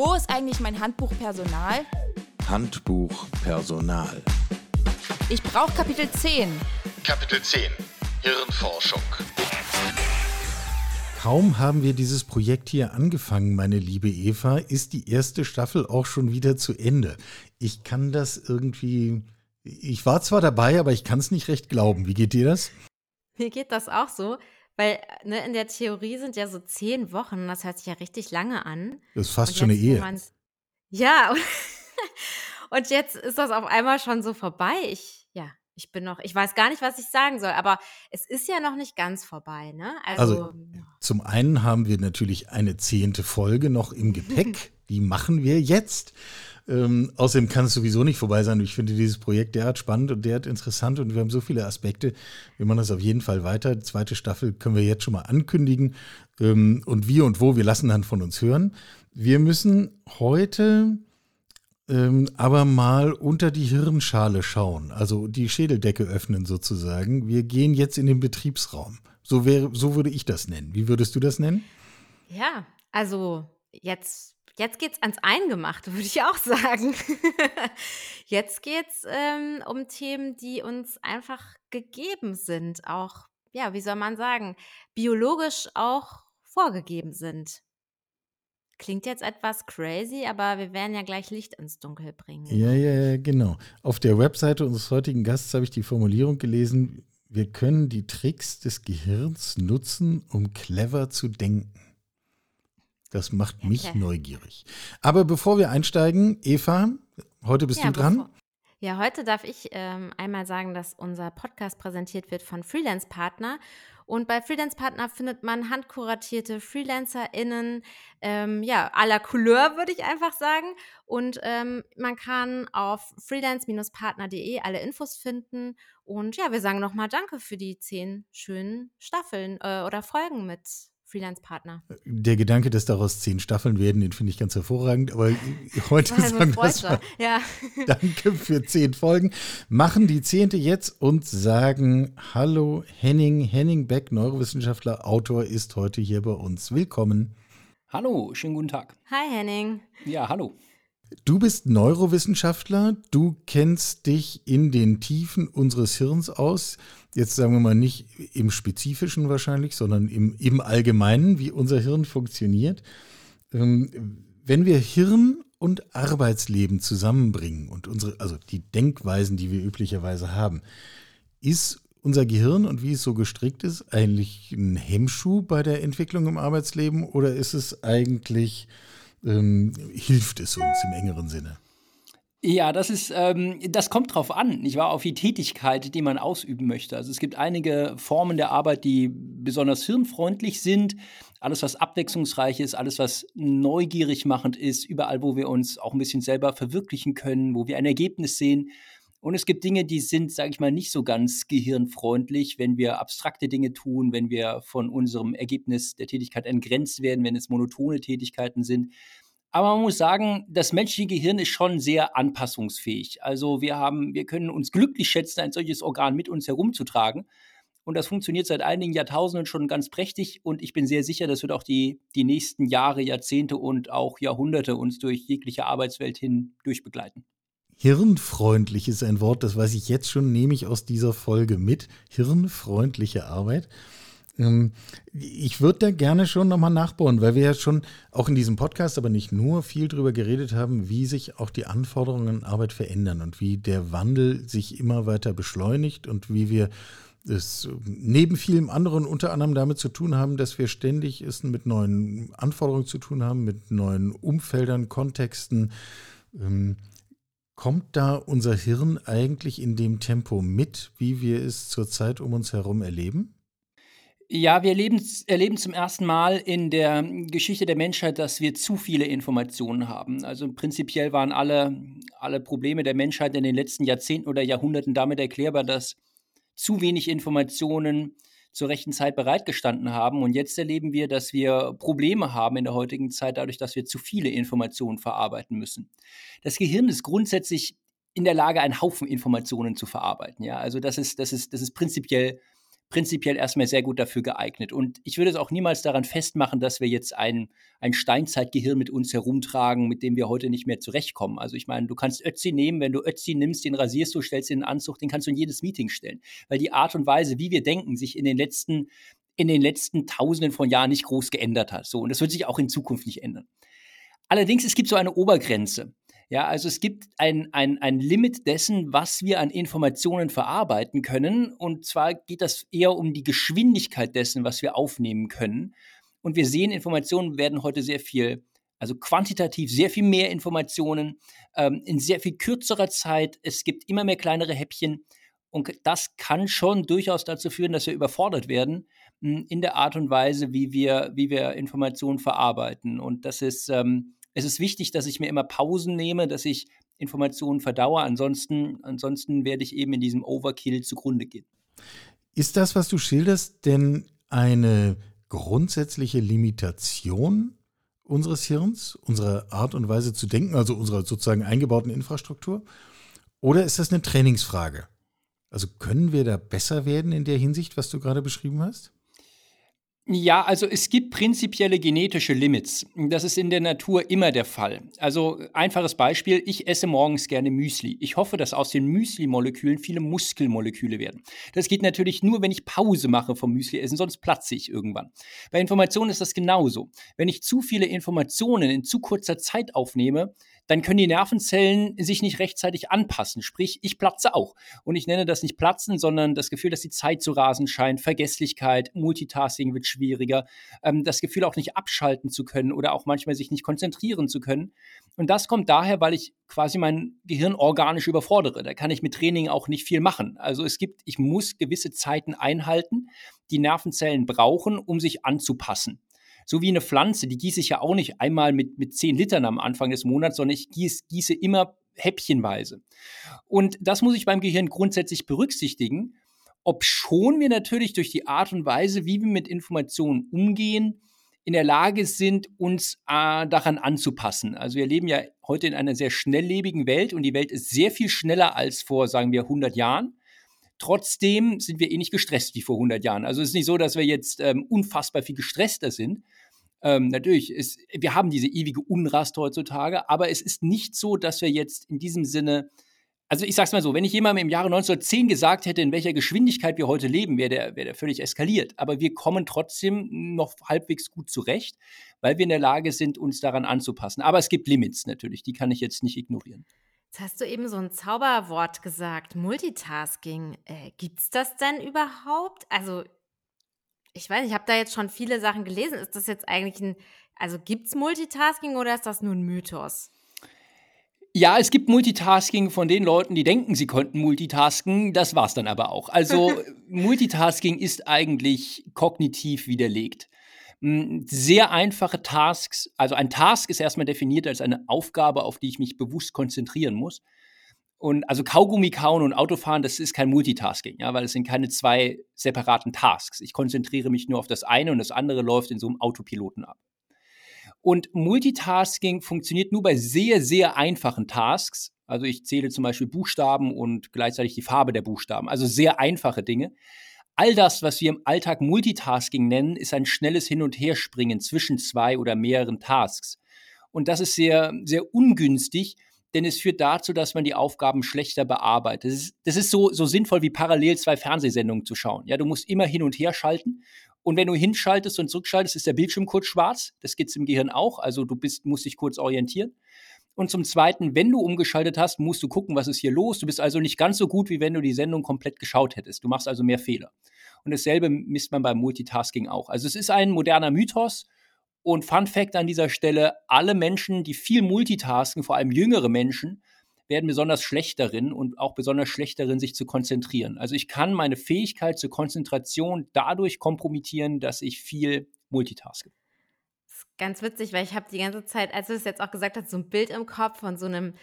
Wo ist eigentlich mein Handbuch Personal? Handbuch Personal. Ich brauche Kapitel 10. Kapitel 10. Hirnforschung. Kaum haben wir dieses Projekt hier angefangen, meine liebe Eva, ist die erste Staffel auch schon wieder zu Ende. Ich kann das irgendwie, ich war zwar dabei, aber ich kann es nicht recht glauben. Wie geht dir das? Mir geht das auch so, weil in der Theorie sind ja so 10 Wochen, das hört sich ja richtig lange an. Das ist fast Und schon eine jetzt, wo Ehe. man's ja, und jetzt ist das auf einmal schon so vorbei. Ich weiß gar nicht, was ich sagen soll, aber es ist ja noch nicht ganz vorbei, ne? Also zum einen haben wir natürlich eine 10. Folge noch im Gepäck. Die machen wir jetzt. Außerdem kann es sowieso nicht vorbei sein. Ich finde dieses Projekt derart spannend und derart interessant und wir haben so viele Aspekte. Wir machen das auf jeden Fall weiter. Die 2. Staffel können wir jetzt schon mal ankündigen. Und wie und wo, wir lassen dann von uns hören. Wir müssen heute aber mal unter die Hirnschale schauen, also die Schädeldecke öffnen sozusagen. Wir gehen jetzt in den Betriebsraum. So würde ich das nennen. Wie würdest du das nennen? Ja, also jetzt geht's ans Eingemachte, würde ich auch sagen. Jetzt geht's um Themen, die uns einfach gegeben sind, auch, ja, wie soll man sagen, biologisch auch vorgegeben sind. Klingt jetzt etwas crazy, aber wir werden ja gleich Licht ins Dunkel bringen. Ja, genau. Auf der Webseite unseres heutigen Gastes habe ich die Formulierung gelesen: Wir können die Tricks des Gehirns nutzen, um clever zu denken. Das macht mich neugierig. Aber bevor wir einsteigen, Eva, heute bist du dran. Ja, heute darf ich einmal sagen, dass unser Podcast präsentiert wird von Freelance Partner. Und bei Freelance Partner findet man handkuratierte FreelancerInnen, à la Couleur, würde ich einfach sagen. Und man kann auf freelance-partner.de alle Infos finden. Und ja, wir sagen nochmal Danke für die 10 schönen Staffeln oder Folgen mit Freelance Partner. Der Gedanke, dass daraus 10 Staffeln werden, den finde ich ganz hervorragend. Aber heute sagen wir es mal. Ja. Danke für 10 Folgen. Machen die 10. jetzt und sagen Hallo Henning Beck, Neurowissenschaftler, Autor, ist heute hier bei uns. Willkommen. Hallo, schönen guten Tag. Hi Henning. Ja, hallo. Du bist Neurowissenschaftler, du kennst dich in den Tiefen unseres Hirns aus. Jetzt sagen wir mal nicht im Spezifischen wahrscheinlich, sondern im Allgemeinen, wie unser Hirn funktioniert. Wenn wir Hirn und Arbeitsleben zusammenbringen und die Denkweisen, die wir üblicherweise haben, ist unser Gehirn und wie es so gestrickt ist, eigentlich ein Hemmschuh bei der Entwicklung im Arbeitsleben oder ist es eigentlich, hilft es uns im engeren Sinne? Ja, das kommt drauf an, nicht wahr? Auf die Tätigkeit, die man ausüben möchte. Also es gibt einige Formen der Arbeit, die besonders hirnfreundlich sind. Alles, was abwechslungsreich ist, alles, was neugierig machend ist, überall, wo wir uns auch ein bisschen selber verwirklichen können, wo wir ein Ergebnis sehen. Und es gibt Dinge, die sind, sage ich mal, nicht so ganz gehirnfreundlich, wenn wir abstrakte Dinge tun, wenn wir von unserem Ergebnis der Tätigkeit entgrenzt werden, wenn es monotone Tätigkeiten sind. Aber man muss sagen, das menschliche Gehirn ist schon sehr anpassungsfähig. Also wir können uns glücklich schätzen, ein solches Organ mit uns herumzutragen. Und das funktioniert seit einigen Jahrtausenden schon ganz prächtig. Und ich bin sehr sicher, das wird auch die nächsten Jahre, Jahrzehnte und auch Jahrhunderte uns durch jegliche Arbeitswelt hin durchbegleiten. Hirnfreundlich ist ein Wort, das weiß ich jetzt schon, nehme ich aus dieser Folge mit. Hirnfreundliche Arbeit. Ich würde da gerne schon nochmal nachbohren, weil wir ja schon auch in diesem Podcast, aber nicht nur, viel darüber geredet haben, wie sich auch die Anforderungen an Arbeit verändern und wie der Wandel sich immer weiter beschleunigt und wie wir es neben vielem anderen unter anderem damit zu tun haben, dass wir ständig es mit neuen Anforderungen zu tun haben, mit neuen Umfeldern, Kontexten. Kommt da unser Hirn eigentlich in dem Tempo mit, wie wir es zurzeit um uns herum erleben? Ja, wir erleben zum ersten Mal in der Geschichte der Menschheit, dass wir zu viele Informationen haben. Also prinzipiell waren alle Probleme der Menschheit in den letzten Jahrzehnten oder Jahrhunderten damit erklärbar, dass zu wenig Informationen zur rechten Zeit bereitgestanden haben. Und jetzt erleben wir, dass wir Probleme haben in der heutigen Zeit, dadurch, dass wir zu viele Informationen verarbeiten müssen. Das Gehirn ist grundsätzlich in der Lage, einen Haufen Informationen zu verarbeiten. Ja, also das ist prinzipiell prinzipiell erstmal sehr gut dafür geeignet. Und ich würde es auch niemals daran festmachen, dass wir jetzt ein Steinzeitgehirn mit uns herumtragen, mit dem wir heute nicht mehr zurechtkommen. Also ich meine, du kannst Ötzi nehmen, wenn du Ötzi nimmst, den rasierst du, stellst ihn in den Anzug, den kannst du in jedes Meeting stellen. Weil die Art und Weise, wie wir denken, sich in den letzten Tausenden von Jahren nicht groß geändert hat. So, und das wird sich auch in Zukunft nicht ändern. Allerdings, es gibt so eine Obergrenze. Ja, also es gibt ein Limit dessen, was wir an Informationen verarbeiten können. Und zwar geht das eher um die Geschwindigkeit dessen, was wir aufnehmen können. Und wir sehen, Informationen werden heute sehr viel, also quantitativ sehr viel mehr Informationen, in sehr viel kürzerer Zeit. Es gibt immer mehr kleinere Häppchen. Und das kann schon durchaus dazu führen, dass wir überfordert werden in der Art und Weise, wie wir Informationen verarbeiten. Und es ist wichtig, dass ich mir immer Pausen nehme, dass ich Informationen verdaue. Ansonsten werde ich eben in diesem Overkill zugrunde gehen. Ist das, was du schilderst, denn eine grundsätzliche Limitation unseres Hirns, unserer Art und Weise zu denken, also unserer sozusagen eingebauten Infrastruktur? Oder ist das eine Trainingsfrage? Also können wir da besser werden in der Hinsicht, was du gerade beschrieben hast? Ja, also es gibt prinzipielle genetische Limits. Das ist in der Natur immer der Fall. Also einfaches Beispiel, ich esse morgens gerne Müsli. Ich hoffe, dass aus den Müsli-Molekülen viele Muskelmoleküle werden. Das geht natürlich nur, wenn ich Pause mache vom Müsli-Essen, sonst platze ich irgendwann. Bei Informationen ist das genauso. Wenn ich zu viele Informationen in zu kurzer Zeit aufnehme, dann können die Nervenzellen sich nicht rechtzeitig anpassen. Sprich, ich platze auch. Und ich nenne das nicht Platzen, sondern das Gefühl, dass die Zeit zu rasen scheint, Vergesslichkeit, Multitasking wird schwieriger, das Gefühl auch nicht abschalten zu können oder auch manchmal sich nicht konzentrieren zu können. Und das kommt daher, weil ich quasi mein Gehirn organisch überfordere. Da kann ich mit Training auch nicht viel machen. Also ich muss gewisse Zeiten einhalten, die Nervenzellen brauchen, um sich anzupassen. So wie eine Pflanze, die gieße ich ja auch nicht einmal mit 10 Litern am Anfang des Monats, sondern ich gieße immer häppchenweise. Und das muss ich beim Gehirn grundsätzlich berücksichtigen, obschon wir natürlich durch die Art und Weise, wie wir mit Informationen umgehen, in der Lage sind, uns daran anzupassen. Also wir leben ja heute in einer sehr schnelllebigen Welt und die Welt ist sehr viel schneller als vor, sagen wir, 100 Jahren. Trotzdem sind wir nicht gestresst wie vor 100 Jahren. Also es ist nicht so, dass wir jetzt unfassbar viel gestresster sind. Natürlich, wir haben diese ewige Unrast heutzutage, aber es ist nicht so, dass wir jetzt in diesem Sinne, also ich sag's mal so, wenn ich jemandem im Jahre 1910 gesagt hätte, in welcher Geschwindigkeit wir heute leben, wäre der völlig eskaliert. Aber wir kommen trotzdem noch halbwegs gut zurecht, weil wir in der Lage sind, uns daran anzupassen. Aber es gibt Limits natürlich, die kann ich jetzt nicht ignorieren. Jetzt hast du eben so ein Zauberwort gesagt, Multitasking. Gibt's das denn überhaupt? Also, ich weiß nicht, ich habe da jetzt schon viele Sachen gelesen. Ist das jetzt eigentlich also gibt's Multitasking oder ist das nur ein Mythos? Ja, es gibt Multitasking von den Leuten, die denken, sie könnten multitasken. Das war's dann aber auch. Also Multitasking ist eigentlich kognitiv widerlegt. Sehr einfache Tasks, also ein Task ist erstmal definiert als eine Aufgabe, auf die ich mich bewusst konzentrieren muss. Und also Kaugummi kauen und Autofahren, das ist kein Multitasking, ja, weil es sind keine zwei separaten Tasks. Ich konzentriere mich nur auf das eine und das andere läuft in so einem Autopiloten ab. Und Multitasking funktioniert nur bei sehr, sehr einfachen Tasks. Also ich zähle zum Beispiel Buchstaben und gleichzeitig die Farbe der Buchstaben. Also sehr einfache Dinge. All das, was wir im Alltag Multitasking nennen, ist ein schnelles Hin- und Herspringen zwischen zwei oder mehreren Tasks. Und das ist sehr, sehr ungünstig, denn es führt dazu, dass man die Aufgaben schlechter bearbeitet. Das ist so sinnvoll wie parallel 2 Fernsehsendungen zu schauen. Ja, du musst immer hin und her schalten. Und wenn du hinschaltest und zurückschaltest, ist der Bildschirm kurz schwarz. Das gibt es im Gehirn auch. Also du musst dich kurz orientieren. Und zum Zweiten, wenn du umgeschaltet hast, musst du gucken, was ist hier los. Du bist also nicht ganz so gut, wie wenn du die Sendung komplett geschaut hättest. Du machst also mehr Fehler. Und dasselbe misst man beim Multitasking auch. Also es ist ein moderner Mythos. Und Fun Fact an dieser Stelle, alle Menschen, die viel multitasken, vor allem jüngere Menschen, werden besonders schlecht darin und auch besonders schlecht darin, sich zu konzentrieren. Also ich kann meine Fähigkeit zur Konzentration dadurch kompromittieren, dass ich viel multitaske. Das ist ganz witzig, weil ich habe die ganze Zeit, als du es jetzt auch gesagt hast, so ein Bild im Kopf von so einem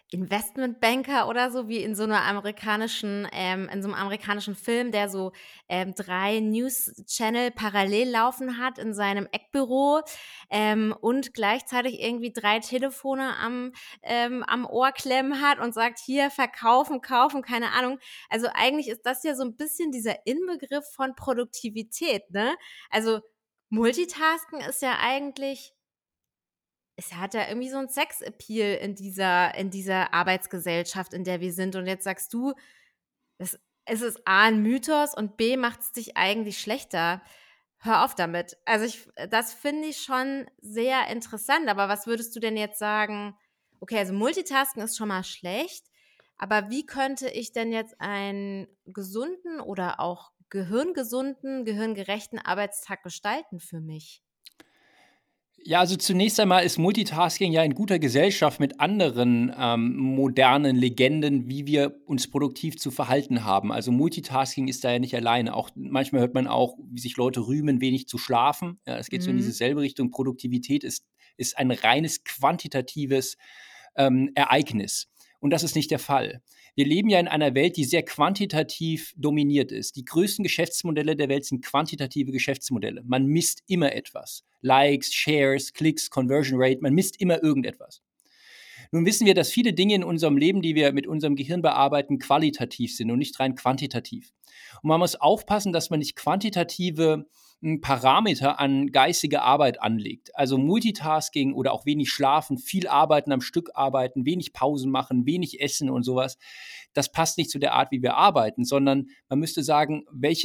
Investmentbanker oder so, wie in so einem amerikanischen Film, der so 3 News-Channel parallel laufen hat in seinem Eckbüro und gleichzeitig irgendwie 3 Telefone am Ohr klemmen hat und sagt, hier, verkaufen, kaufen, keine Ahnung. Also eigentlich ist das ja so ein bisschen dieser Inbegriff von Produktivität, ne? Also Multitasking ist ja eigentlich es hat ja irgendwie so 'n Sexappeal in dieser Arbeitsgesellschaft, in der wir sind. Und jetzt sagst du, es ist A 'n Mythos und B macht's dich eigentlich schlechter. Hör auf damit. Also, das finde ich schon sehr interessant. Aber was würdest du denn jetzt sagen okay, also Multitasking ist schon mal schlecht, aber wie könnte ich denn jetzt einen gesunden oder auch gehirngesunden, gehirngerechten Arbeitstag gestalten für mich? Ja, also zunächst einmal ist Multitasking ja in guter Gesellschaft mit anderen modernen Legenden, wie wir uns produktiv zu verhalten haben. Also Multitasking ist da ja nicht alleine. Auch manchmal hört man auch, wie sich Leute rühmen, wenig zu schlafen. Ja, es geht so in Mhm. dieselbe Richtung. Produktivität ist ein reines quantitatives Ereignis. Und das ist nicht der Fall. Wir leben ja in einer Welt, die sehr quantitativ dominiert ist. Die größten Geschäftsmodelle der Welt sind quantitative Geschäftsmodelle. Man misst immer etwas. Likes, Shares, Klicks, Conversion Rate, man misst immer irgendetwas. Nun wissen wir, dass viele Dinge in unserem Leben, die wir mit unserem Gehirn bearbeiten, qualitativ sind und nicht rein quantitativ. Und man muss aufpassen, dass man nicht quantitative Parameter an geistige Arbeit anlegt. Also Multitasking oder auch wenig schlafen, viel arbeiten, am Stück arbeiten, wenig Pausen machen, wenig essen und sowas. Das passt nicht zu der Art, wie wir arbeiten, sondern man müsste sagen,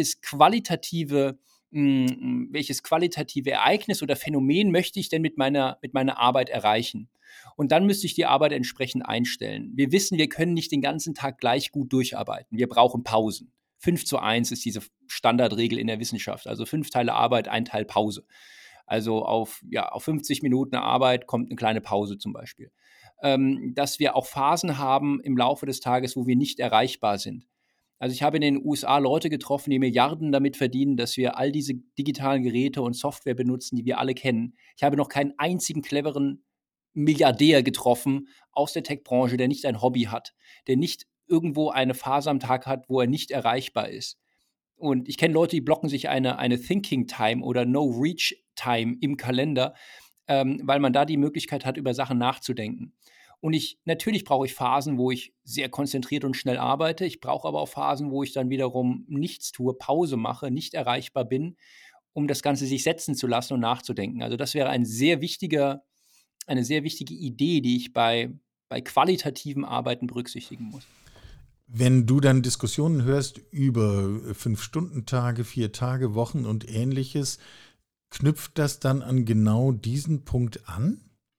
welches qualitative Ereignis oder Phänomen möchte ich denn mit meiner Arbeit erreichen? Und dann müsste ich die Arbeit entsprechend einstellen. Wir wissen, wir können nicht den ganzen Tag gleich gut durcharbeiten. Wir brauchen Pausen. 5:1 ist diese Standardregel in der Wissenschaft. Also 5 Teile Arbeit, 1 Teil Pause. Also auf 50 Minuten Arbeit kommt eine kleine Pause zum Beispiel. Dass wir auch Phasen haben im Laufe des Tages, wo wir nicht erreichbar sind. Also ich habe in den USA Leute getroffen, die Milliarden damit verdienen, dass wir all diese digitalen Geräte und Software benutzen, die wir alle kennen. Ich habe noch keinen einzigen cleveren Milliardär getroffen aus der Tech-Branche, der nicht ein Hobby hat, der nicht irgendwo eine Phase am Tag hat, wo er nicht erreichbar ist. Und ich kenne Leute, die blocken sich eine Thinking Time oder No Reach Time im Kalender, weil man da die Möglichkeit hat, über Sachen nachzudenken. Und natürlich brauche ich Phasen, wo ich sehr konzentriert und schnell arbeite. Ich brauche aber auch Phasen, wo ich dann wiederum nichts tue, Pause mache, nicht erreichbar bin, um das Ganze sich setzen zu lassen und nachzudenken. Also das wäre eine sehr wichtige Idee, die ich bei qualitativen Arbeiten berücksichtigen muss. Wenn du dann Diskussionen hörst über 5-Stunden-Tage, 4-Tage, Wochen und Ähnliches, knüpft das dann an genau diesen Punkt an?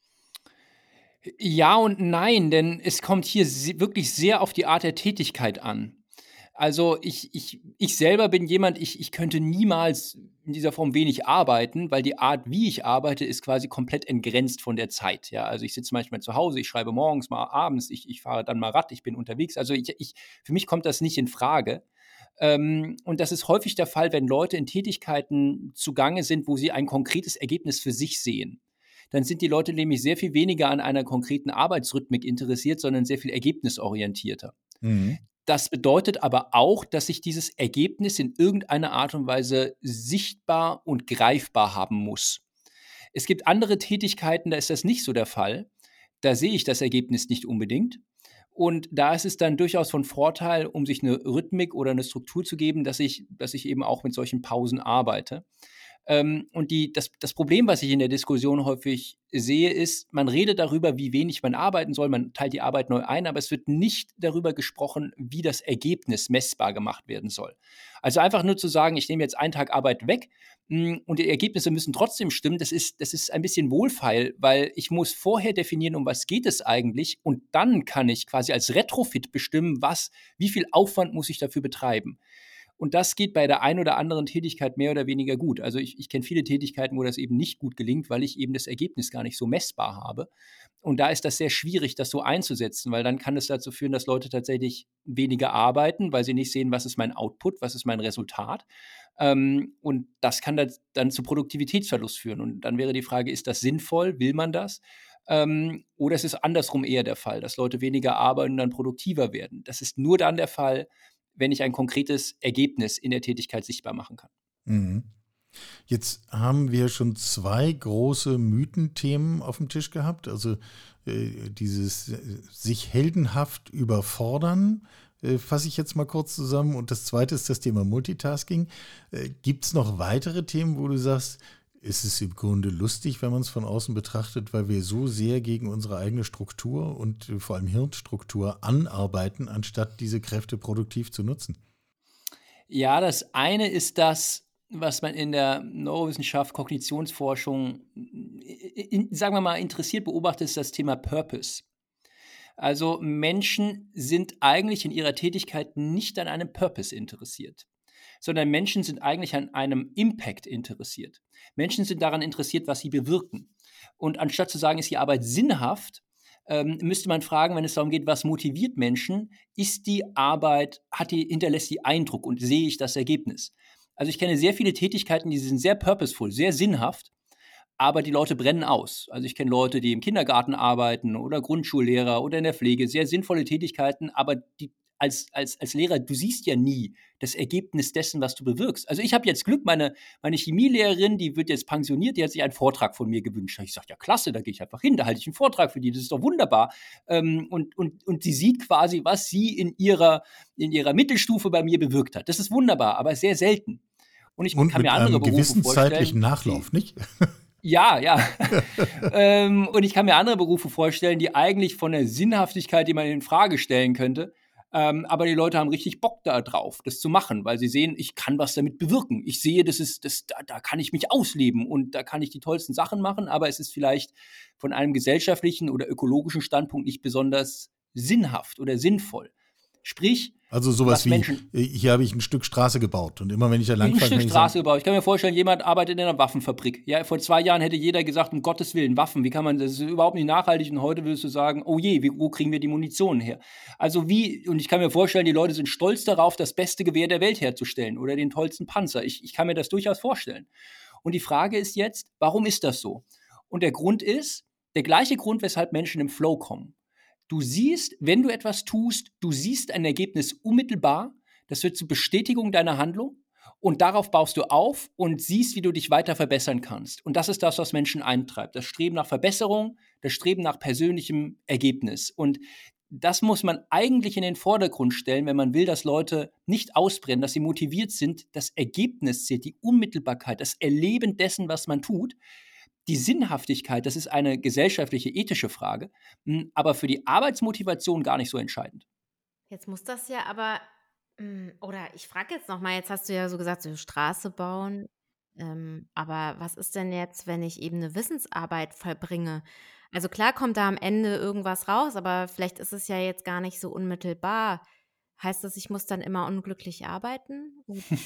Ja und nein, denn es kommt hier wirklich sehr auf die Art der Tätigkeit an. Also ich selber bin jemand, ich könnte niemals in dieser Form wenig arbeiten, weil die Art, wie ich arbeite, ist quasi komplett entgrenzt von der Zeit. Ja, also ich sitze manchmal zu Hause, ich schreibe morgens, mal abends, ich fahre dann mal Rad, ich bin unterwegs. Also für mich kommt das nicht in Frage. Und das ist häufig der Fall, wenn Leute in Tätigkeiten zugange sind, wo sie ein konkretes Ergebnis für sich sehen. Dann sind die Leute nämlich sehr viel weniger an einer konkreten Arbeitsrhythmik interessiert, sondern sehr viel ergebnisorientierter. Mhm. Das bedeutet aber auch, dass ich dieses Ergebnis in irgendeiner Art und Weise sichtbar und greifbar haben muss. Es gibt andere Tätigkeiten, da ist das nicht so der Fall. Da sehe ich das Ergebnis nicht unbedingt. Und da ist es dann durchaus von Vorteil, um sich eine Rhythmik oder eine Struktur zu geben, dass ich eben auch mit solchen Pausen arbeite. Und das Problem, was ich in der Diskussion häufig sehe, ist, man redet darüber, wie wenig man arbeiten soll, man teilt die Arbeit neu ein, aber es wird nicht darüber gesprochen, wie das Ergebnis messbar gemacht werden soll. Also einfach nur zu sagen, ich nehme jetzt einen Tag Arbeit weg und die Ergebnisse müssen trotzdem stimmen, das ist ein bisschen wohlfeil, weil ich muss vorher definieren, um was geht es eigentlich, und dann kann ich quasi als Retrofit bestimmen, wie viel Aufwand muss ich dafür betreiben. Und das geht bei der einen oder anderen Tätigkeit mehr oder weniger gut. Also ich kenne viele Tätigkeiten, wo das eben nicht gut gelingt, weil ich eben das Ergebnis gar nicht so messbar habe. Und da ist das sehr schwierig, das so einzusetzen, weil dann kann es dazu führen, dass Leute tatsächlich weniger arbeiten, weil sie nicht sehen, was ist mein Output, was ist mein Resultat. Und das kann dann zu Produktivitätsverlust führen. Und dann wäre die Frage, ist das sinnvoll? Will man das? Oder es ist andersrum eher der Fall, dass Leute weniger arbeiten und dann produktiver werden. Das ist nur dann der Fall, wenn ich ein konkretes Ergebnis in der Tätigkeit sichtbar machen kann. Mhm. Jetzt haben wir schon 2 große Mythenthemen auf dem Tisch gehabt. Also dieses sich heldenhaft überfordern, fasse ich jetzt mal kurz zusammen. Und das zweite ist das Thema Multitasking. Gibt es noch weitere Themen, wo du sagst, es ist im Grunde lustig, wenn man es von außen betrachtet, weil wir so sehr gegen unsere eigene Struktur und vor allem Hirnstruktur anarbeiten, anstatt diese Kräfte produktiv zu nutzen? Ja, das eine ist das, was man in der Neurowissenschaft, Kognitionsforschung, sagen wir mal, interessiert beobachtet, ist das Thema Purpose. Also Menschen sind eigentlich in ihrer Tätigkeit nicht an einem Purpose interessiert, sondern Menschen sind eigentlich an einem Impact interessiert. Menschen sind daran interessiert, was sie bewirken. Und anstatt zu sagen, ist die Arbeit sinnhaft, müsste man fragen, wenn es darum geht, was motiviert Menschen, ist die Arbeit, hinterlässt die Eindruck und sehe ich das Ergebnis? Also ich kenne sehr viele Tätigkeiten, die sind sehr purposeful, sehr sinnhaft, aber die Leute brennen aus. Also ich kenne Leute, die im Kindergarten arbeiten oder Grundschullehrer oder in der Pflege, sehr sinnvolle Tätigkeiten, aber die als Lehrer, du siehst ja nie das Ergebnis dessen, was du bewirkst. Also ich habe jetzt Glück, meine Chemielehrerin, die wird jetzt pensioniert, die hat sich einen Vortrag von mir gewünscht. Ich sage, ja klasse, da gehe ich einfach hin, da halte ich einen Vortrag für die, das ist doch wunderbar. Und sie sieht quasi, was sie in ihrer Mittelstufe bei mir bewirkt hat. Das ist wunderbar, aber sehr selten. Und ich kann mir andere Berufe gewissen vorstellen. Zeitlichen Nachlauf, nicht? Ja. Und ich kann mir andere Berufe vorstellen, die eigentlich von der Sinnhaftigkeit, die man in Frage stellen könnte, aber die Leute haben richtig Bock da drauf, das zu machen, weil sie sehen, ich kann was damit bewirken. Ich sehe, da kann ich mich ausleben und da kann ich die tollsten Sachen machen, aber es ist vielleicht von einem gesellschaftlichen oder ökologischen Standpunkt nicht besonders sinnhaft oder sinnvoll. Sprich, also sowas wie, hier habe ich ein Stück Straße gebaut und immer wenn ich da lang fahre, ein Stück Straße gebaut. Ich kann mir vorstellen, jemand arbeitet in einer Waffenfabrik. Ja, vor 2 Jahren hätte jeder gesagt, um Gottes Willen, Waffen, wie kann man, das ist überhaupt nicht nachhaltig und heute würdest du sagen, oh je, wo kriegen wir die Munition her? Also und ich kann mir vorstellen, die Leute sind stolz darauf, das beste Gewehr der Welt herzustellen oder den tollsten Panzer. Ich kann mir das durchaus vorstellen. Und die Frage ist jetzt, warum ist das so? Und der Grund ist, der gleiche Grund, weshalb Menschen im Flow kommen. Du siehst, wenn du etwas tust, du siehst ein Ergebnis unmittelbar, das wird zur Bestätigung deiner Handlung und darauf baust du auf und siehst, wie du dich weiter verbessern kannst. Und das ist das, was Menschen eintreibt. Das Streben nach Verbesserung, das Streben nach persönlichem Ergebnis. Und das muss man eigentlich in den Vordergrund stellen, wenn man will, dass Leute nicht ausbrennen, dass sie motiviert sind. Das Ergebnis zählt, die Unmittelbarkeit, das Erleben dessen, was man tut. Die Sinnhaftigkeit, das ist eine gesellschaftliche, ethische Frage, aber für die Arbeitsmotivation gar nicht so entscheidend. Jetzt muss das ja aber, oder ich frage jetzt nochmal, jetzt hast du ja so gesagt, so Straße bauen, aber was ist denn jetzt, wenn ich eben eine Wissensarbeit vollbringe? Also klar kommt da am Ende irgendwas raus, aber vielleicht ist es ja jetzt gar nicht so unmittelbar. Heißt das, ich muss dann immer unglücklich arbeiten?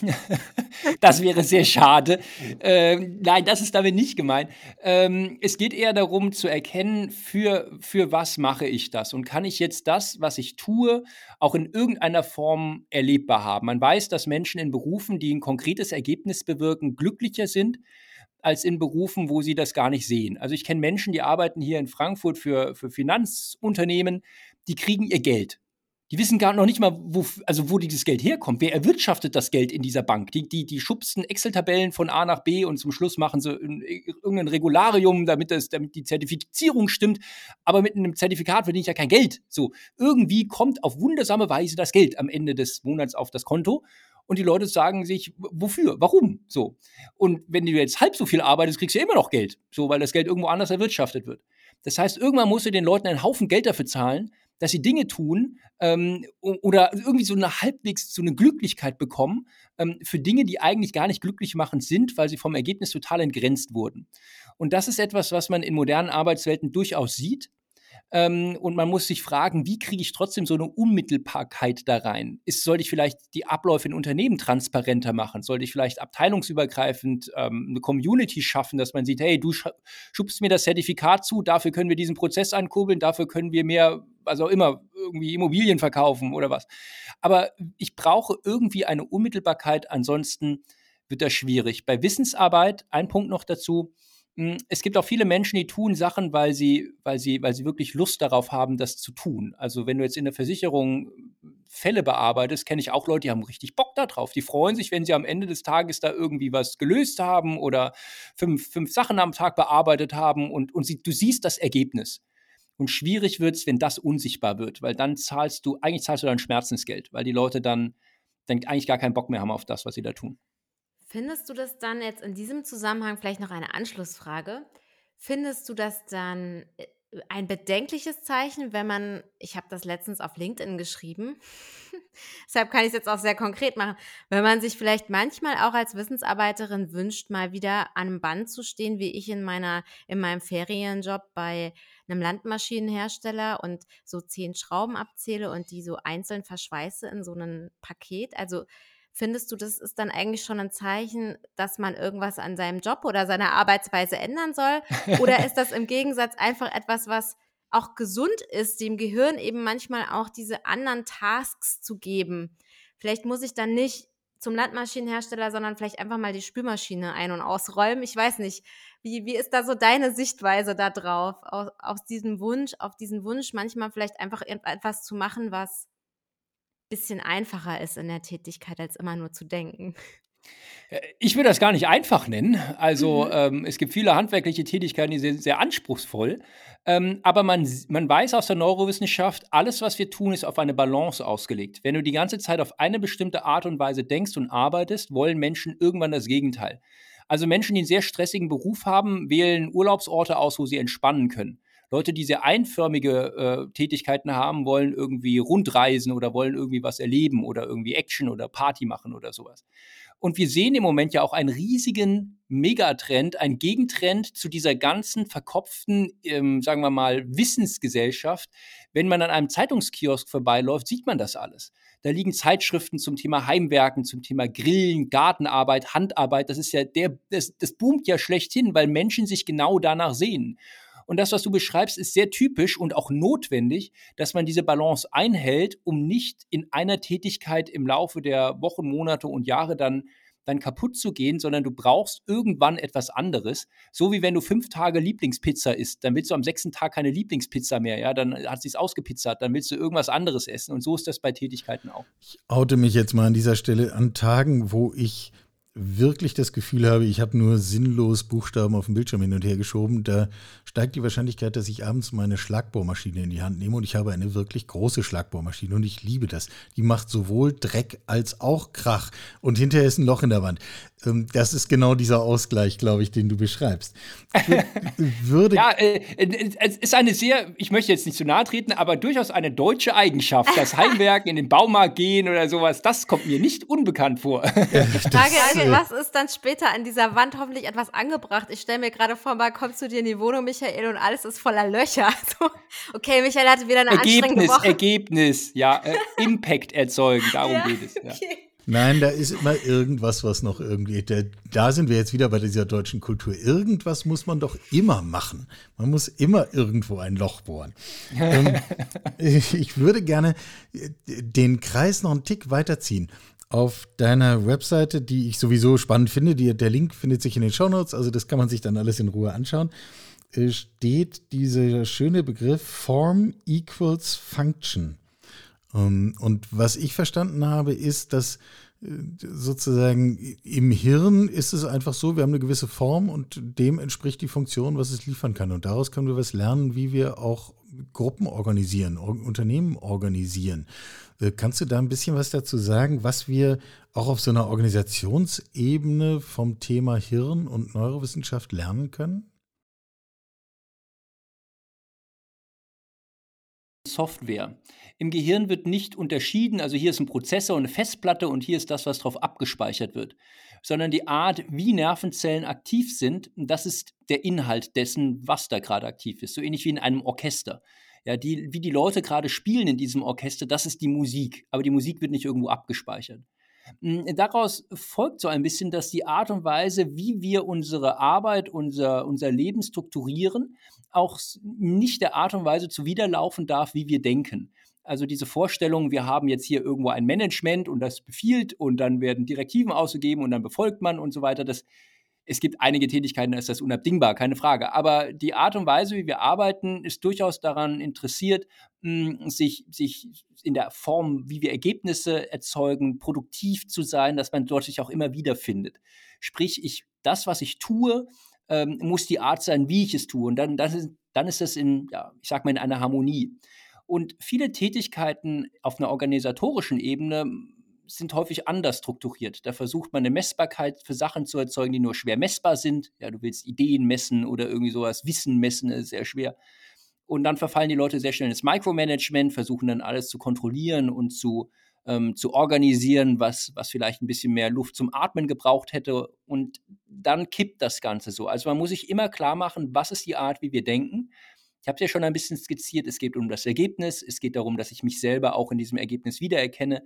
Das wäre sehr schade. Nein, das ist damit nicht gemeint. Es geht eher darum zu erkennen, für was mache ich das? Und kann ich jetzt das, was ich tue, auch in irgendeiner Form erlebbar haben? Man weiß, dass Menschen in Berufen, die ein konkretes Ergebnis bewirken, glücklicher sind als in Berufen, wo sie das gar nicht sehen. Also ich kenne Menschen, die arbeiten hier in Frankfurt für Finanzunternehmen, die kriegen ihr Geld. Die wissen gar noch nicht mal, wo dieses Geld herkommt. Wer erwirtschaftet das Geld in dieser Bank? Die schubsen Excel-Tabellen von A nach B und zum Schluss machen sie irgendein Regularium, damit die Zertifizierung stimmt. Aber mit einem Zertifikat verdiene ich ja kein Geld. So, irgendwie kommt auf wundersame Weise das Geld am Ende des Monats auf das Konto. Und die Leute sagen sich, wofür? Warum? So. Und wenn du jetzt halb so viel arbeitest, kriegst du ja immer noch Geld. So, weil das Geld irgendwo anders erwirtschaftet wird. Das heißt, irgendwann musst du den Leuten einen Haufen Geld dafür zahlen, dass sie Dinge tun oder irgendwie so eine Glücklichkeit bekommen für Dinge, die eigentlich gar nicht glücklich machend sind, weil sie vom Ergebnis total entgrenzt wurden. Und das ist etwas, was man in modernen Arbeitswelten durchaus sieht. Und man muss sich fragen, wie kriege ich trotzdem so eine Unmittelbarkeit da rein? Sollte ich vielleicht die Abläufe in Unternehmen transparenter machen? Sollte ich vielleicht abteilungsübergreifend eine Community schaffen, dass man sieht, hey, du schubst mir das Zertifikat zu, dafür können wir diesen Prozess ankurbeln, dafür können wir mehr, was auch immer, irgendwie Immobilien verkaufen oder was. Aber ich brauche irgendwie eine Unmittelbarkeit, ansonsten wird das schwierig. Bei Wissensarbeit, ein Punkt noch dazu, Es gibt auch viele Menschen, die tun Sachen, weil sie wirklich Lust darauf haben, das zu tun. Also wenn du jetzt in der Versicherung Fälle bearbeitest, kenne ich auch Leute, die haben richtig Bock da drauf. Die freuen sich, wenn sie am Ende des Tages da irgendwie was gelöst haben oder fünf Sachen am Tag bearbeitet haben und du siehst das Ergebnis. Und schwierig wird es, wenn das unsichtbar wird, weil dann zahlst du dann Schmerzensgeld, weil die Leute dann eigentlich gar keinen Bock mehr haben auf das, was sie da tun. Findest du das dann jetzt in diesem Zusammenhang, vielleicht noch eine Anschlussfrage, findest du das dann ein bedenkliches Zeichen, wenn man, ich habe das letztens auf LinkedIn geschrieben, deshalb kann ich es jetzt auch sehr konkret machen, wenn man sich vielleicht manchmal auch als Wissensarbeiterin wünscht, mal wieder an einem Band zu stehen, wie ich in meinem Ferienjob bei einem Landmaschinenhersteller und so 10 Schrauben abzähle und die so einzeln verschweiße in so ein Paket. Also findest du, das ist dann eigentlich schon ein Zeichen, dass man irgendwas an seinem Job oder seiner Arbeitsweise ändern soll? Oder ist das im Gegensatz einfach etwas, was auch gesund ist, dem Gehirn eben manchmal auch diese anderen Tasks zu geben? Vielleicht muss ich dann nicht zum Landmaschinenhersteller, sondern vielleicht einfach mal die Spülmaschine ein- und ausräumen. Ich weiß nicht, wie ist da so deine Sichtweise da drauf, auf diesen Wunsch, manchmal vielleicht einfach etwas zu machen, was bisschen einfacher ist in der Tätigkeit, als immer nur zu denken. Ich will das gar nicht einfach nennen. Also es gibt viele handwerkliche Tätigkeiten, die sind sehr anspruchsvoll. Aber man weiß aus der Neurowissenschaft, alles, was wir tun, ist auf eine Balance ausgelegt. Wenn du die ganze Zeit auf eine bestimmte Art und Weise denkst und arbeitest, wollen Menschen irgendwann das Gegenteil. Also Menschen, die einen sehr stressigen Beruf haben, wählen Urlaubsorte aus, wo sie entspannen können. Leute, die sehr einförmige Tätigkeiten haben, wollen irgendwie rundreisen oder wollen irgendwie was erleben oder irgendwie Action oder Party machen oder sowas. Und wir sehen im Moment ja auch einen riesigen Megatrend, einen Gegentrend zu dieser ganzen verkopften, sagen wir mal, Wissensgesellschaft. Wenn man an einem Zeitungskiosk vorbeiläuft, sieht man das alles. Da liegen Zeitschriften zum Thema Heimwerken, zum Thema Grillen, Gartenarbeit, Handarbeit. Das ist ja das boomt ja schlechthin, weil Menschen sich genau danach sehen. Und das, was du beschreibst, ist sehr typisch und auch notwendig, dass man diese Balance einhält, um nicht in einer Tätigkeit im Laufe der Wochen, Monate und Jahre dann kaputt zu gehen, sondern du brauchst irgendwann etwas anderes. So wie wenn du 5 Tage Lieblingspizza isst, dann willst du am 6. Tag keine Lieblingspizza mehr, ja, dann hat sich's ausgepizzert, dann willst du irgendwas anderes essen. Und so ist das bei Tätigkeiten auch. Ich oute mich jetzt mal an dieser Stelle an Tagen, wo ich wirklich das Gefühl habe, ich habe nur sinnlos Buchstaben auf dem Bildschirm hin und her geschoben, da steigt die Wahrscheinlichkeit, dass ich abends meine Schlagbohrmaschine in die Hand nehme und ich habe eine wirklich große Schlagbohrmaschine und ich liebe das. Die macht sowohl Dreck als auch Krach und hinterher ist ein Loch in der Wand. Das ist genau dieser Ausgleich, glaube ich, den du beschreibst. Ja, es ist eine sehr, ich möchte jetzt nicht zu nahe treten, aber durchaus eine deutsche Eigenschaft. Das Heimwerken, in den Baumarkt gehen oder sowas, das kommt mir nicht unbekannt vor. Frage, was ist dann später an dieser Wand hoffentlich etwas angebracht? Ich stelle mir gerade vor, mal kommst du dir in die Wohnung, Michael, und alles ist voller Löcher. So, okay, Michael hatte wieder eine anstrengende Woche. Ergebnis, ja, Impact erzeugen, darum geht es. Ja. Okay. Nein, da ist immer irgendwas, was noch irgendwie, da sind wir jetzt wieder bei dieser deutschen Kultur. Irgendwas muss man doch immer machen. Man muss immer irgendwo ein Loch bohren. Ich würde gerne den Kreis noch einen Tick weiterziehen. Auf deiner Webseite, die ich sowieso spannend finde, der Link findet sich in den Shownotes, also das kann man sich dann alles in Ruhe anschauen, steht dieser schöne Begriff Form equals Function. Und was ich verstanden habe, ist, dass sozusagen im Hirn ist es einfach so, wir haben eine gewisse Form und dem entspricht die Funktion, was es liefern kann. Und daraus können wir was lernen, wie wir auch Gruppen organisieren, Unternehmen organisieren. Kannst du da ein bisschen was dazu sagen, was wir auch auf so einer Organisationsebene vom Thema Hirn und Neurowissenschaft lernen können? Software. Im Gehirn wird nicht unterschieden, also hier ist ein Prozessor und eine Festplatte und hier ist das, was drauf abgespeichert wird, sondern die Art, wie Nervenzellen aktiv sind, das ist der Inhalt dessen, was da gerade aktiv ist. So ähnlich wie in einem Orchester. Ja, wie die Leute gerade spielen in diesem Orchester, das ist die Musik, aber die Musik wird nicht irgendwo abgespeichert. Daraus folgt so ein bisschen, dass die Art und Weise, wie wir unsere Arbeit, unser Leben strukturieren, auch nicht der Art und Weise zuwiderlaufen darf, wie wir denken. Also diese Vorstellung, wir haben jetzt hier irgendwo ein Management und das befiehlt und dann werden Direktiven ausgegeben und dann befolgt man und so weiter, Es gibt einige Tätigkeiten, da ist das unabdingbar, keine Frage. Aber die Art und Weise, wie wir arbeiten, ist durchaus daran interessiert, sich in der Form, wie wir Ergebnisse erzeugen, produktiv zu sein, dass man dort sich auch immer wiederfindet. Sprich, das, was ich tue, muss die Art sein, wie ich es tue. Und dann ist das in einer Harmonie. Und viele Tätigkeiten auf einer organisatorischen Ebene sind häufig anders strukturiert. Da versucht man eine Messbarkeit für Sachen zu erzeugen, die nur schwer messbar sind. Ja, du willst Ideen messen oder irgendwie sowas, Wissen messen, ist sehr schwer. Und dann verfallen die Leute sehr schnell ins Micromanagement, versuchen dann alles zu kontrollieren und zu organisieren, was vielleicht ein bisschen mehr Luft zum Atmen gebraucht hätte. Und dann kippt das Ganze so. Also man muss sich immer klar machen, was ist die Art, wie wir denken. Ich habe es ja schon ein bisschen skizziert, es geht um das Ergebnis, es geht darum, dass ich mich selber auch in diesem Ergebnis wiedererkenne.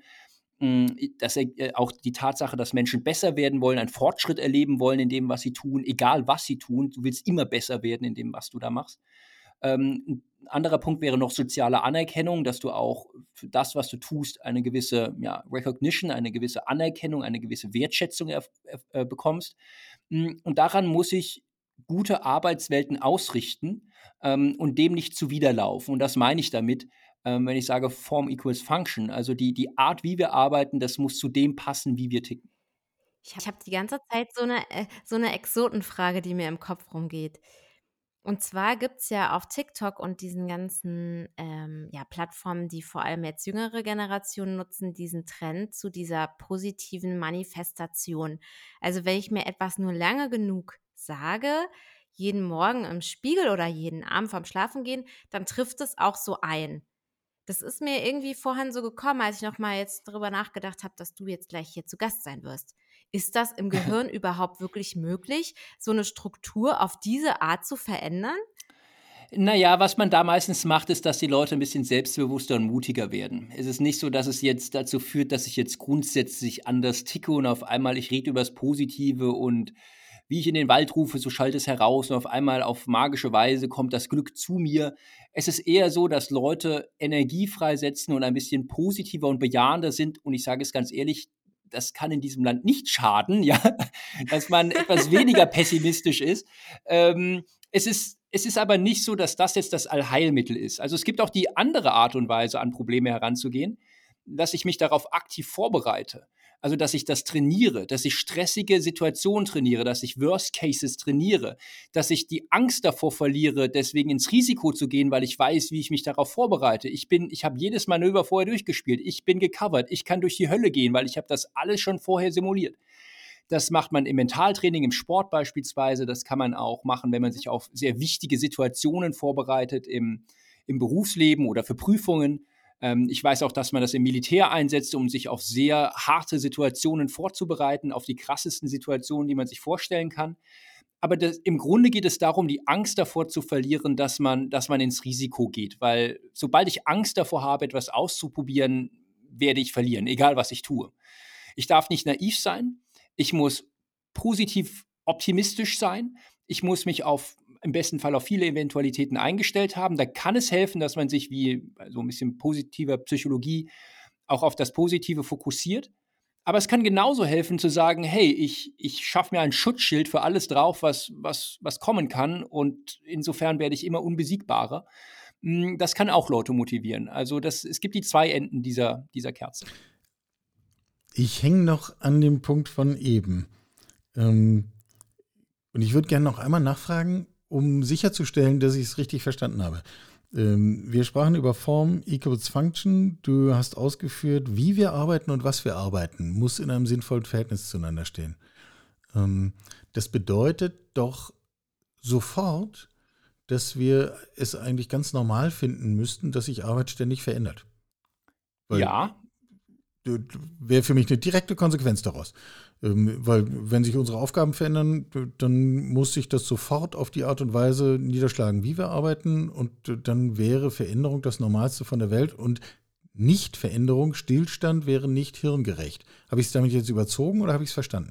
Auch die Tatsache, dass Menschen besser werden wollen, einen Fortschritt erleben wollen in dem, was sie tun, egal was sie tun, du willst immer besser werden in dem, was du da machst. Ein anderer Punkt wäre noch soziale Anerkennung, dass du auch für das, was du tust, eine gewisse Recognition, eine gewisse Anerkennung, eine gewisse Wertschätzung bekommst. Und daran muss ich gute Arbeitswelten ausrichten und dem nicht zuwiderlaufen. Und das meine ich damit, wenn ich sage Form equals Function. Also die Art, wie wir arbeiten, das muss zu dem passen, wie wir ticken. Ich habe die ganze Zeit so eine Exotenfrage, die mir im Kopf rumgeht. Und zwar gibt es ja auf TikTok und diesen ganzen Plattformen, die vor allem jetzt jüngere Generationen nutzen, diesen Trend zu dieser positiven Manifestation. Also wenn ich mir etwas nur lange genug sage, jeden Morgen im Spiegel oder jeden Abend vorm Schlafengehen, dann trifft es auch so ein. Das ist mir irgendwie vorhin so gekommen, als ich nochmal jetzt darüber nachgedacht habe, dass du jetzt gleich hier zu Gast sein wirst. Ist das im Gehirn überhaupt wirklich möglich, so eine Struktur auf diese Art zu verändern? Naja, was man da meistens macht, ist, dass die Leute ein bisschen selbstbewusster und mutiger werden. Es ist nicht so, dass es jetzt dazu führt, dass ich jetzt grundsätzlich anders ticke und auf einmal ich rede über das Positive und wie ich in den Wald rufe, so schallt es heraus und auf einmal auf magische Weise kommt das Glück zu mir. Es ist eher so, dass Leute Energie freisetzen und ein bisschen positiver und bejahender sind. Und ich sage es ganz ehrlich, das kann in diesem Land nicht schaden, ja, dass man etwas weniger pessimistisch ist. Es ist aber nicht so, dass das jetzt das Allheilmittel ist. Also es gibt auch die andere Art und Weise, an Probleme heranzugehen, dass ich mich darauf aktiv vorbereite. Also, dass ich das trainiere, dass ich stressige Situationen trainiere, dass ich Worst Cases trainiere, dass ich die Angst davor verliere, deswegen ins Risiko zu gehen, weil ich weiß, wie ich mich darauf vorbereite. Ich habe jedes Manöver vorher durchgespielt. Ich bin gecovert. Ich kann durch die Hölle gehen, weil ich habe das alles schon vorher simuliert. Das macht man im Mentaltraining, im Sport beispielsweise. Das kann man auch machen, wenn man sich auf sehr wichtige Situationen vorbereitet im Berufsleben oder für Prüfungen. Ich weiß auch, dass man das im Militär einsetzt, um sich auf sehr harte Situationen vorzubereiten, auf die krassesten Situationen, die man sich vorstellen kann. Aber im Grunde geht es darum, die Angst davor zu verlieren, dass man ins Risiko geht. Weil sobald ich Angst davor habe, etwas auszuprobieren, werde ich verlieren, egal was ich tue. Ich darf nicht naiv sein. Ich muss positiv optimistisch sein. Ich muss mich im besten Fall auf viele Eventualitäten eingestellt haben. Da kann es helfen, dass man sich wie so ein bisschen positiver Psychologie auch auf das Positive fokussiert. Aber es kann genauso helfen zu sagen, hey, ich schaffe mir ein Schutzschild für alles drauf, was kommen kann. Und insofern werde ich immer unbesiegbarer. Das kann auch Leute motivieren. Also es gibt die zwei Enden dieser Kerze. Ich hänge noch an dem Punkt von eben. Und ich würde gerne noch einmal nachfragen, um sicherzustellen, dass ich es richtig verstanden habe. Wir sprachen über Form equals Function. Du hast ausgeführt, wie wir arbeiten und was wir arbeiten, muss in einem sinnvollen Verhältnis zueinander stehen. Das bedeutet doch sofort, dass wir es eigentlich ganz normal finden müssten, dass sich Arbeit ständig verändert. Ja. Wäre für mich eine direkte Konsequenz daraus. Weil wenn sich unsere Aufgaben verändern, dann muss sich das sofort auf die Art und Weise niederschlagen, wie wir arbeiten. Und dann wäre Veränderung das Normalste von der Welt. Und Nicht-Veränderung, Stillstand wäre nicht hirngerecht. Habe ich es damit jetzt überzogen oder habe ich es verstanden?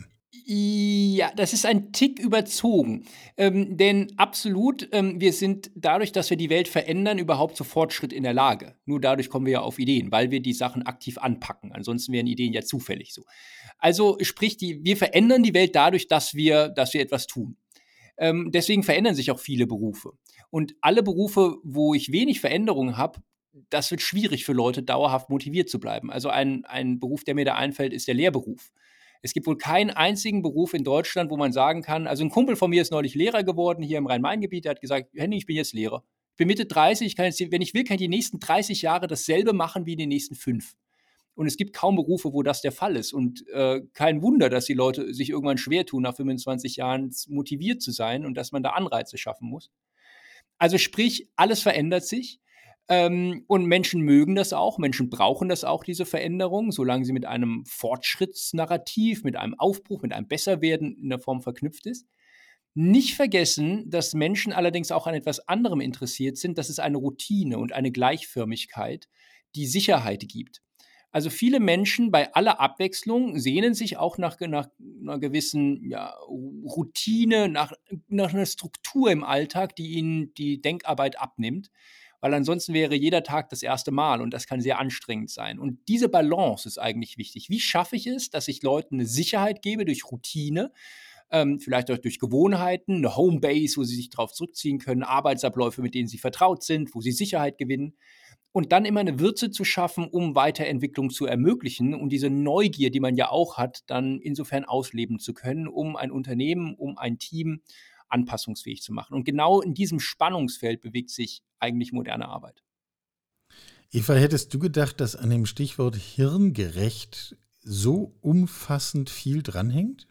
Ja, das ist ein Tick überzogen. Denn absolut, wir sind dadurch, dass wir die Welt verändern, überhaupt zu Fortschritt in der Lage. Nur dadurch kommen wir ja auf Ideen, weil wir die Sachen aktiv anpacken. Ansonsten wären Ideen ja zufällig so. Also sprich, wir verändern die Welt dadurch, dass wir etwas tun. Deswegen verändern sich auch viele Berufe. Und alle Berufe, wo ich wenig Veränderungen habe, das wird schwierig für Leute, dauerhaft motiviert zu bleiben. Also ein Beruf, der mir da einfällt, ist der Lehrberuf. Es gibt wohl keinen einzigen Beruf in Deutschland, wo man sagen kann, also ein Kumpel von mir ist neulich Lehrer geworden hier im Rhein-Main-Gebiet, der hat gesagt, Henning, ich bin jetzt Lehrer. Ich bin Mitte 30, ich kann jetzt, wenn ich will, kann ich die nächsten 30 Jahre dasselbe machen wie in den nächsten 5. Und es gibt kaum Berufe, wo das der Fall ist. Und kein Wunder, dass die Leute sich irgendwann schwer tun, nach 25 Jahren motiviert zu sein und dass man da Anreize schaffen muss. Also sprich, alles verändert sich. Und Menschen mögen das auch, Menschen brauchen das auch, diese Veränderung, solange sie mit einem Fortschrittsnarrativ, mit einem Aufbruch, mit einem Besserwerden in der Form verknüpft ist. Nicht vergessen, dass Menschen allerdings auch an etwas anderem interessiert sind, das ist eine Routine und eine Gleichförmigkeit, die Sicherheit gibt. Also viele Menschen bei aller Abwechslung sehnen sich auch nach einer gewissen Routine, nach einer Struktur im Alltag, die ihnen die Denkarbeit abnimmt. Weil ansonsten wäre jeder Tag das erste Mal und das kann sehr anstrengend sein. Und diese Balance ist eigentlich wichtig. Wie schaffe ich es, dass ich Leuten eine Sicherheit gebe durch Routine, vielleicht auch durch Gewohnheiten, eine Homebase, wo sie sich darauf zurückziehen können, Arbeitsabläufe, mit denen sie vertraut sind, wo sie Sicherheit gewinnen. Und dann immer eine Würze zu schaffen, um Weiterentwicklung zu ermöglichen und diese Neugier, die man ja auch hat, dann insofern ausleben zu können, um ein Unternehmen, um ein Team anpassungsfähig zu machen. Und genau in diesem Spannungsfeld bewegt sich eigentlich moderne Arbeit. Eva, hättest du gedacht, dass an dem Stichwort hirngerecht so umfassend viel dranhängt?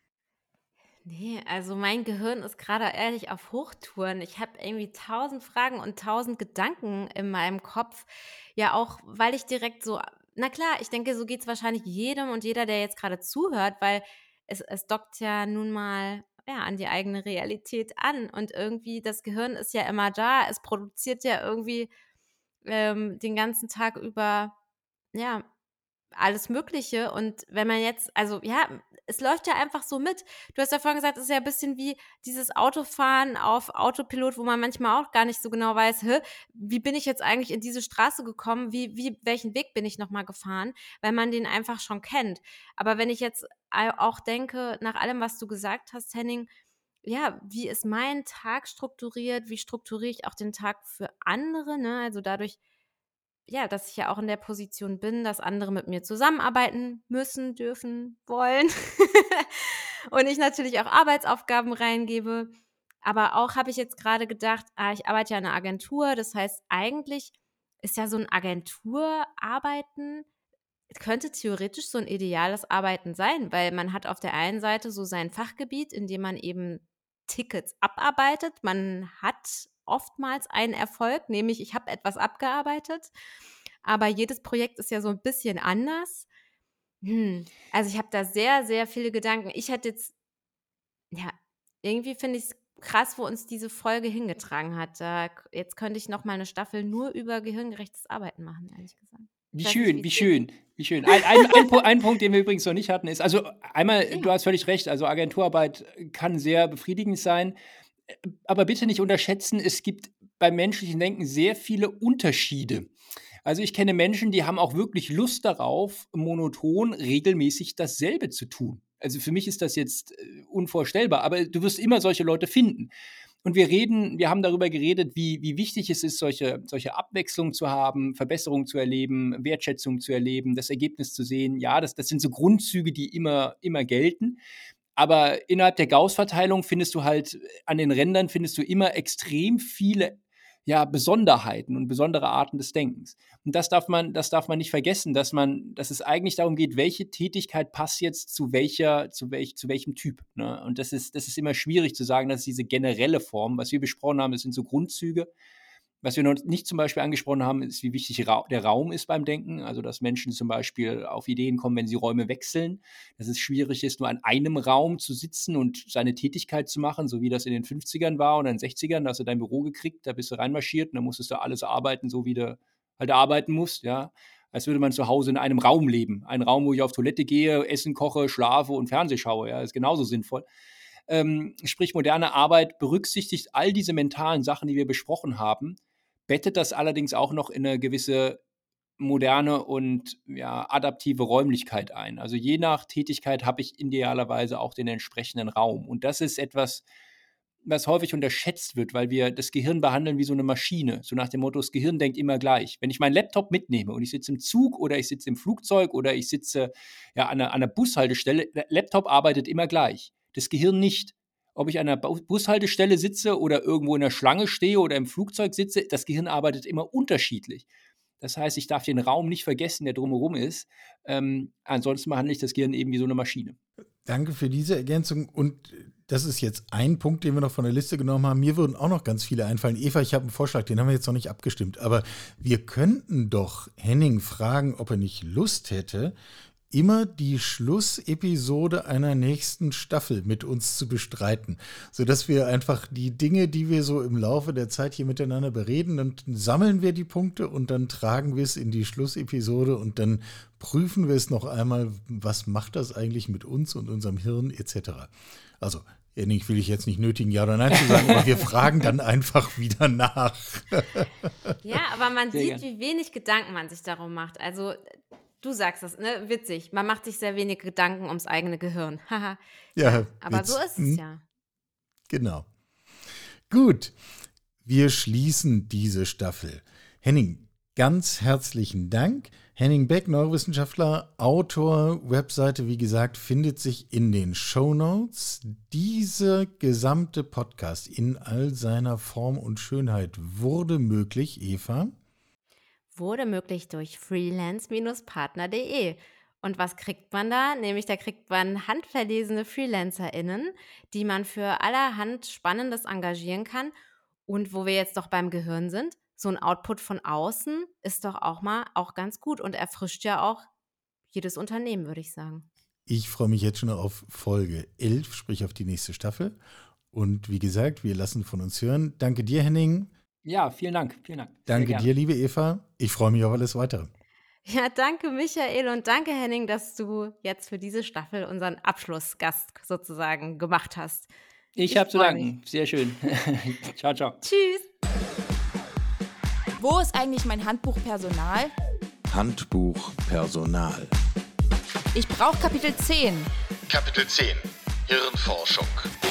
Nee, also mein Gehirn ist gerade ehrlich auf Hochtouren. Ich habe irgendwie 1000 Fragen und 1000 Gedanken in meinem Kopf. Ja, auch weil ich direkt so, na klar, ich denke, so geht es wahrscheinlich jedem und jeder, der jetzt gerade zuhört, weil es dockt ja nun mal an die eigene Realität an. Und irgendwie, das Gehirn ist ja immer da. Es produziert ja irgendwie den ganzen Tag über, ja, alles Mögliche. Und wenn man jetzt, also ja, es läuft ja einfach so mit. Du hast ja vorhin gesagt, es ist ja ein bisschen wie dieses Autofahren auf Autopilot, wo man manchmal auch gar nicht so genau weiß, wie bin ich jetzt eigentlich in diese Straße gekommen, welchen Weg bin ich nochmal gefahren, weil man den einfach schon kennt. Aber wenn ich jetzt auch denke, nach allem, was du gesagt hast, Henning, ja, wie ist mein Tag strukturiert, wie strukturiere ich auch den Tag für andere, ne? Also dadurch, ja, dass ich ja auch in der Position bin, dass andere mit mir zusammenarbeiten müssen, dürfen, wollen. Und ich natürlich auch Arbeitsaufgaben reingebe. Aber auch habe ich jetzt gerade gedacht, ich arbeite ja in einer Agentur. Das heißt, eigentlich ist ja so ein Agenturarbeiten, könnte theoretisch so ein ideales Arbeiten sein, weil man hat auf der einen Seite so sein Fachgebiet, in dem man eben Tickets abarbeitet. Man hat oftmals einen Erfolg, nämlich ich habe etwas abgearbeitet, aber jedes Projekt ist ja so ein bisschen anders. Also ich habe da sehr, sehr viele Gedanken. Ich hätte jetzt, ja, irgendwie finde ich es krass, wo uns diese Folge hingetragen hat. Jetzt könnte ich noch mal eine Staffel nur über gehirngerechtes Arbeiten machen, ehrlich gesagt. Wie schön. Ein Punkt, den wir übrigens noch nicht hatten, ist, also einmal, du hast völlig recht, also Agenturarbeit kann sehr befriedigend sein, aber bitte nicht unterschätzen, es gibt beim menschlichen Denken sehr viele Unterschiede. Also ich kenne Menschen, die haben auch wirklich Lust darauf, monoton regelmäßig dasselbe zu tun. Also für mich ist das jetzt unvorstellbar, aber du wirst immer solche Leute finden. Und wir haben darüber geredet, wie wichtig es ist, solche Abwechslung zu haben, Verbesserung zu erleben, Wertschätzung zu erleben, das Ergebnis zu sehen. Ja, das sind so Grundzüge, die immer gelten. Aber innerhalb der Gauss-Verteilung findest du halt, an den Rändern findest du immer extrem viele Besonderheiten und besondere Arten des Denkens. Und das darf man nicht vergessen, dass es eigentlich darum geht, welche Tätigkeit passt jetzt zu welchem Typ. Ne? Und das ist immer schwierig zu sagen, dass diese generelle Form, was wir besprochen haben, das sind so Grundzüge. Was wir noch nicht zum Beispiel angesprochen haben, ist, wie wichtig der Raum ist beim Denken. Also, dass Menschen zum Beispiel auf Ideen kommen, wenn sie Räume wechseln. Dass es schwierig ist, nur an einem Raum zu sitzen und seine Tätigkeit zu machen, so wie das in den 50ern war oder in den 60ern. Da hast du dein Büro gekriegt, da bist du reinmarschiert und dann musstest du alles arbeiten, so wie du halt arbeiten musst. Ja. als würde man zu Hause in einem Raum leben. Ein Raum, wo ich auf Toilette gehe, Essen koche, schlafe und Fernseh schaue. Ja, ist genauso sinnvoll. Sprich, moderne Arbeit berücksichtigt all diese mentalen Sachen, die wir besprochen haben, bettet das allerdings auch noch in eine gewisse moderne und adaptive Räumlichkeit ein. Also je nach Tätigkeit habe ich idealerweise auch den entsprechenden Raum. Und das ist etwas, was häufig unterschätzt wird, weil wir das Gehirn behandeln wie so eine Maschine. So nach dem Motto, das Gehirn denkt immer gleich. Wenn ich meinen Laptop mitnehme und ich sitze im Zug oder ich sitze im Flugzeug oder ich sitze an einer Bushaltestelle, der Laptop arbeitet immer gleich. Das Gehirn nicht. Ob ich an einer Bushaltestelle sitze oder irgendwo in der Schlange stehe oder im Flugzeug sitze, das Gehirn arbeitet immer unterschiedlich. Das heißt, ich darf den Raum nicht vergessen, der drumherum ist. Ansonsten behandle ich das Gehirn eben wie so eine Maschine. Danke für diese Ergänzung. Und das ist jetzt ein Punkt, den wir noch von der Liste genommen haben. Mir würden auch noch ganz viele einfallen. Eva, ich habe einen Vorschlag, den haben wir jetzt noch nicht abgestimmt. Aber wir könnten doch Henning fragen, ob er nicht Lust hätte, immer die Schlussepisode einer nächsten Staffel mit uns zu bestreiten, sodass wir einfach die Dinge, die wir so im Laufe der Zeit hier miteinander bereden, dann sammeln wir die Punkte und dann tragen wir es in die Schlussepisode und dann prüfen wir es noch einmal, was macht das eigentlich mit uns und unserem Hirn etc. Also, ich will ich jetzt nicht nötigen, ja oder nein zu sagen, aber wir fragen dann einfach wieder nach. Ja, aber man sieht, wie wenig Gedanken man sich darum macht. Also du sagst das, ne? Witzig. Man macht sich sehr wenig Gedanken ums eigene Gehirn. Haha. Ja, aber Witz. So ist es ja. Genau. Gut, wir schließen diese Staffel. Henning, ganz herzlichen Dank. Henning Beck, Neurowissenschaftler, Autor, Webseite, wie gesagt, findet sich in den Shownotes. Dieser gesamte Podcast in all seiner Form und Schönheit wurde möglich, Eva? Wurde möglich durch freelance-partner.de. Und was kriegt man da? Nämlich da kriegt man handverlesene FreelancerInnen, die man für allerhand Spannendes engagieren kann. Und wo wir jetzt doch beim Gehirn sind, so ein Output von außen ist doch auch ganz gut und erfrischt ja auch jedes Unternehmen, würde ich sagen. Ich freue mich jetzt schon auf Folge 11, sprich auf die nächste Staffel. Und wie gesagt, wir lassen von uns hören. Danke dir, Henning. Ja, vielen Dank. Danke dir, liebe Eva. Ich freue mich auf alles Weitere. Ja, danke Michael und danke Henning, dass du jetzt für diese Staffel unseren Abschlussgast sozusagen gemacht hast. Ich habe zu danken. Sehr schön. Ciao, ciao. Tschüss. Wo ist eigentlich mein Handbuch Personal? Handbuch Personal. Ich brauche Kapitel 10. Kapitel 10. Hirnforschung.